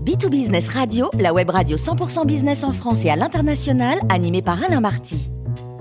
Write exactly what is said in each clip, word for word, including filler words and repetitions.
B deux Business Radio, la web radio cent pour cent business en France et à l'international, animée par Alain Marty.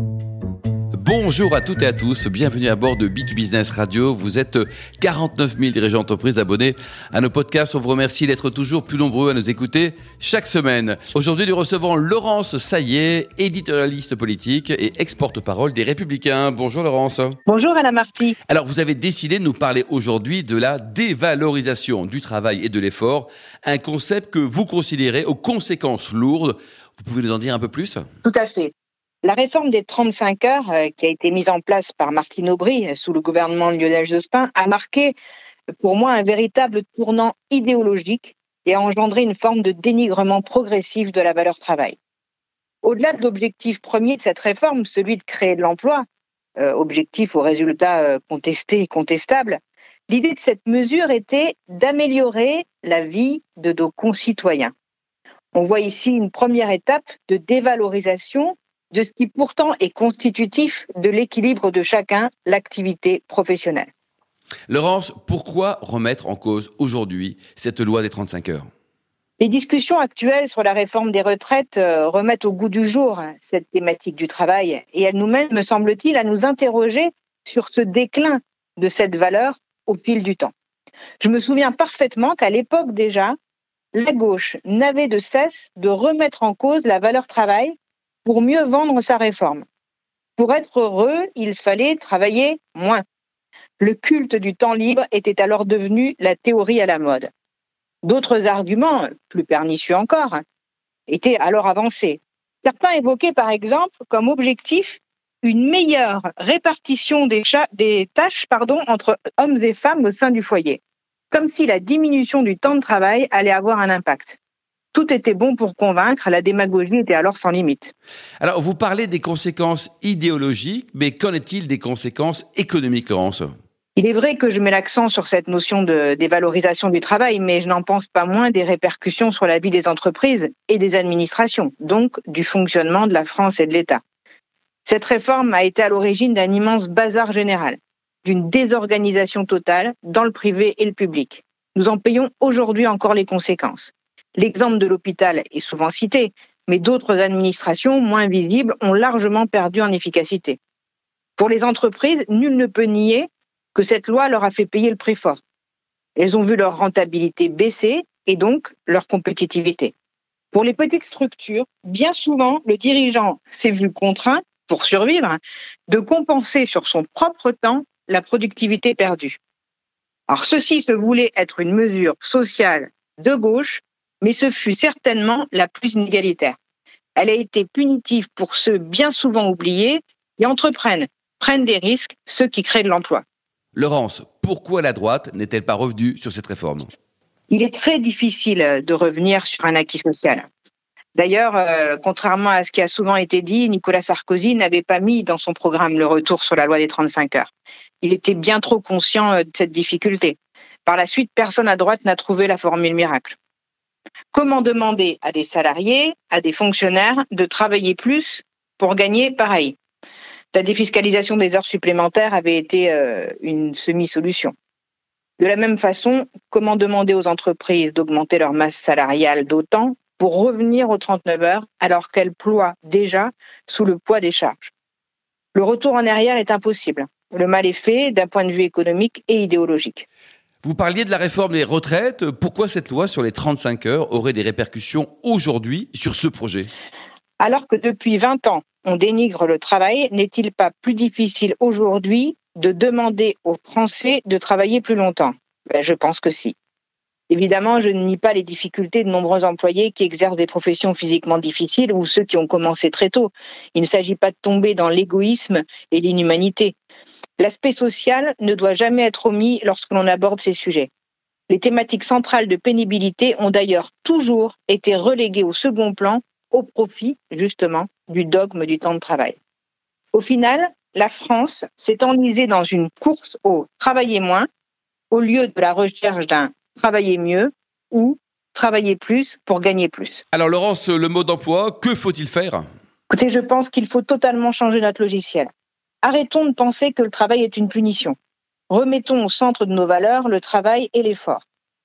Bonjour à toutes et à tous, bienvenue à bord de B deux Business Radio. Vous êtes quarante-neuf mille dirigeants d'entreprise abonnés à nos podcasts. On vous remercie d'être toujours plus nombreux à nous écouter chaque semaine. Aujourd'hui, nous recevons Laurence Saillet, éditorialiste politique et ex-porte-parole des Républicains. Bonjour Laurence. Bonjour Alain Marty. Alors, vous avez décidé de nous parler aujourd'hui de la dévalorisation du travail et de l'effort, un concept que vous considérez aux conséquences lourdes. Vous pouvez nous en dire un peu plus ? Tout à fait. La réforme des trente-cinq heures, euh, qui a été mise en place par Martine Aubry sous le gouvernement de Lionel Jospin, a marqué pour moi un véritable tournant idéologique et a engendré une forme de dénigrement progressif de la valeur travail. Au-delà de l'objectif premier de cette réforme, celui de créer de l'emploi, euh, objectif aux résultats euh, contestés et contestables, l'idée de cette mesure était d'améliorer la vie de nos concitoyens. On voit ici une première étape de dévalorisation de ce qui pourtant est constitutif de l'équilibre de chacun, l'activité professionnelle. Laurence, pourquoi remettre en cause aujourd'hui cette loi des trente-cinq heures ? Les discussions actuelles sur la réforme des retraites euh, remettent au goût du jour cette thématique du travail et elles nous mènent, me semble-t-il, à nous interroger sur ce déclin de cette valeur au fil du temps. Je me souviens parfaitement qu'à l'époque déjà, la gauche n'avait de cesse de remettre en cause la valeur travail pour mieux vendre sa réforme. Pour être heureux, il fallait travailler moins. Le culte du temps libre était alors devenu la théorie à la mode. D'autres arguments, plus pernicieux encore, étaient alors avancés. Certains évoquaient par exemple comme objectif une meilleure répartition des, cha- des tâches pardon, entre hommes et femmes au sein du foyer, comme si la diminution du temps de travail allait avoir un impact. Tout était bon pour convaincre, la démagogie était alors sans limite. Alors, vous parlez des conséquences idéologiques, mais qu'en est-il des conséquences économiques, Laurence ? Il est vrai que je mets l'accent sur cette notion de dévalorisation du travail, mais je n'en pense pas moins des répercussions sur la vie des entreprises et des administrations, donc du fonctionnement de la France et de l'État. Cette réforme a été à l'origine d'un immense bazar général, d'une désorganisation totale dans le privé et le public. Nous en payons aujourd'hui encore les conséquences. L'exemple de l'hôpital est souvent cité, mais d'autres administrations moins visibles ont largement perdu en efficacité. Pour les entreprises, nul ne peut nier que cette loi leur a fait payer le prix fort. Elles ont vu leur rentabilité baisser et donc leur compétitivité. Pour les petites structures, bien souvent, le dirigeant s'est vu contraint, pour survivre, de compenser sur son propre temps la productivité perdue. Alors ceci se voulait être une mesure sociale de gauche, mais ce fut certainement la plus inégalitaire. Elle a été punitive pour ceux bien souvent oubliés qui entreprennent, prennent des risques, ceux qui créent de l'emploi. Laurence, pourquoi la droite n'est-elle pas revenue sur cette réforme ? Il est très difficile de revenir sur un acquis social. D'ailleurs, euh, contrairement à ce qui a souvent été dit, Nicolas Sarkozy n'avait pas mis dans son programme le retour sur la loi des trente-cinq heures. Il était bien trop conscient de cette difficulté. Par la suite, personne à droite n'a trouvé la formule miracle. Comment demander à des salariés, à des fonctionnaires de travailler plus pour gagner pareil ? La défiscalisation des heures supplémentaires avait été euh, une semi-solution. De la même façon, comment demander aux entreprises d'augmenter leur masse salariale d'autant pour revenir aux trente-neuf heures alors qu'elles ploient déjà sous le poids des charges ? Le retour en arrière est impossible. Le mal est fait d'un point de vue économique et idéologique. Vous parliez de la réforme des retraites. Pourquoi cette loi sur les trente-cinq heures aurait des répercussions aujourd'hui sur ce projet ? Alors que depuis vingt ans, on dénigre le travail, n'est-il pas plus difficile aujourd'hui de demander aux Français de travailler plus longtemps ? Ben, je pense que si. Évidemment, je ne nie pas les difficultés de nombreux employés qui exercent des professions physiquement difficiles ou ceux qui ont commencé très tôt. Il ne s'agit pas de tomber dans l'égoïsme et l'inhumanité. L'aspect social ne doit jamais être omis lorsque l'on aborde ces sujets. Les thématiques centrales de pénibilité ont d'ailleurs toujours été reléguées au second plan au profit, justement, du dogme du temps de travail. Au final, la France s'est enlisée dans une course au « travailler moins » au lieu de la recherche d'un « travailler mieux » ou « travailler plus pour gagner plus ». Alors Laurence, le mot d'emploi, que faut-il faire ? Écoutez, je pense qu'il faut totalement changer notre logiciel. Arrêtons de penser que le travail est une punition. Remettons au centre de nos valeurs le travail et l'effort.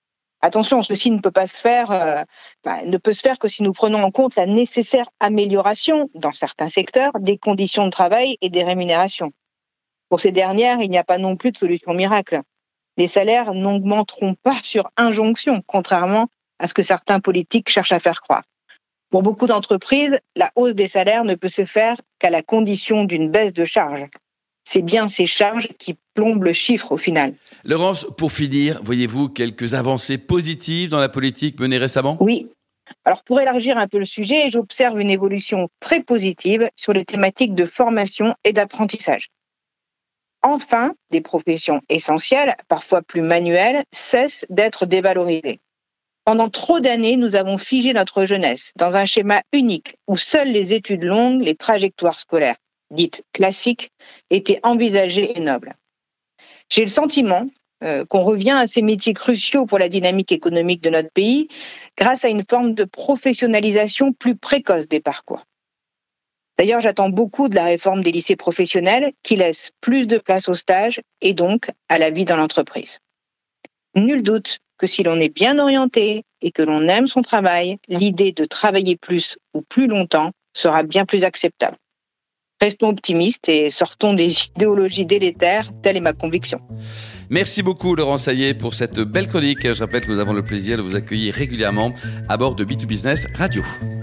Attention, ceci ne peut pas se faire, euh, bah, ne peut se faire que si nous prenons en compte la nécessaire amélioration, dans certains secteurs, des conditions de travail et des rémunérations. Pour ces dernières, il n'y a pas non plus de solution miracle. Les salaires n'augmenteront pas sur injonction, contrairement à ce que certains politiques cherchent à faire croire. Pour beaucoup d'entreprises, la hausse des salaires ne peut se faire qu'à la condition d'une baisse de charges. C'est bien ces charges qui plombent le chiffre au final. Laurence, pour finir, voyez-vous quelques avancées positives dans la politique menée récemment ? Oui. Alors pour élargir un peu le sujet, j'observe une évolution très positive sur les thématiques de formation et d'apprentissage. Enfin, des professions essentielles, parfois plus manuelles, cessent d'être dévalorisées. Pendant trop d'années, nous avons figé notre jeunesse dans un schéma unique où seules les études longues, les trajectoires scolaires, dites classiques, étaient envisagées et nobles. J'ai le sentiment euh, qu'on revient à ces métiers cruciaux pour la dynamique économique de notre pays grâce à une forme de professionnalisation plus précoce des parcours. D'ailleurs, j'attends beaucoup de la réforme des lycées professionnels qui laisse plus de place au stage et donc à la vie dans l'entreprise. Nul doute que si l'on est bien orienté et que l'on aime son travail, l'idée de travailler plus ou plus longtemps sera bien plus acceptable. Restons optimistes et sortons des idéologies délétères, telle est ma conviction. Merci beaucoup Laurence Saillet pour cette belle chronique. Je rappelle que nous avons le plaisir de vous accueillir régulièrement à bord de B deux Business Radio.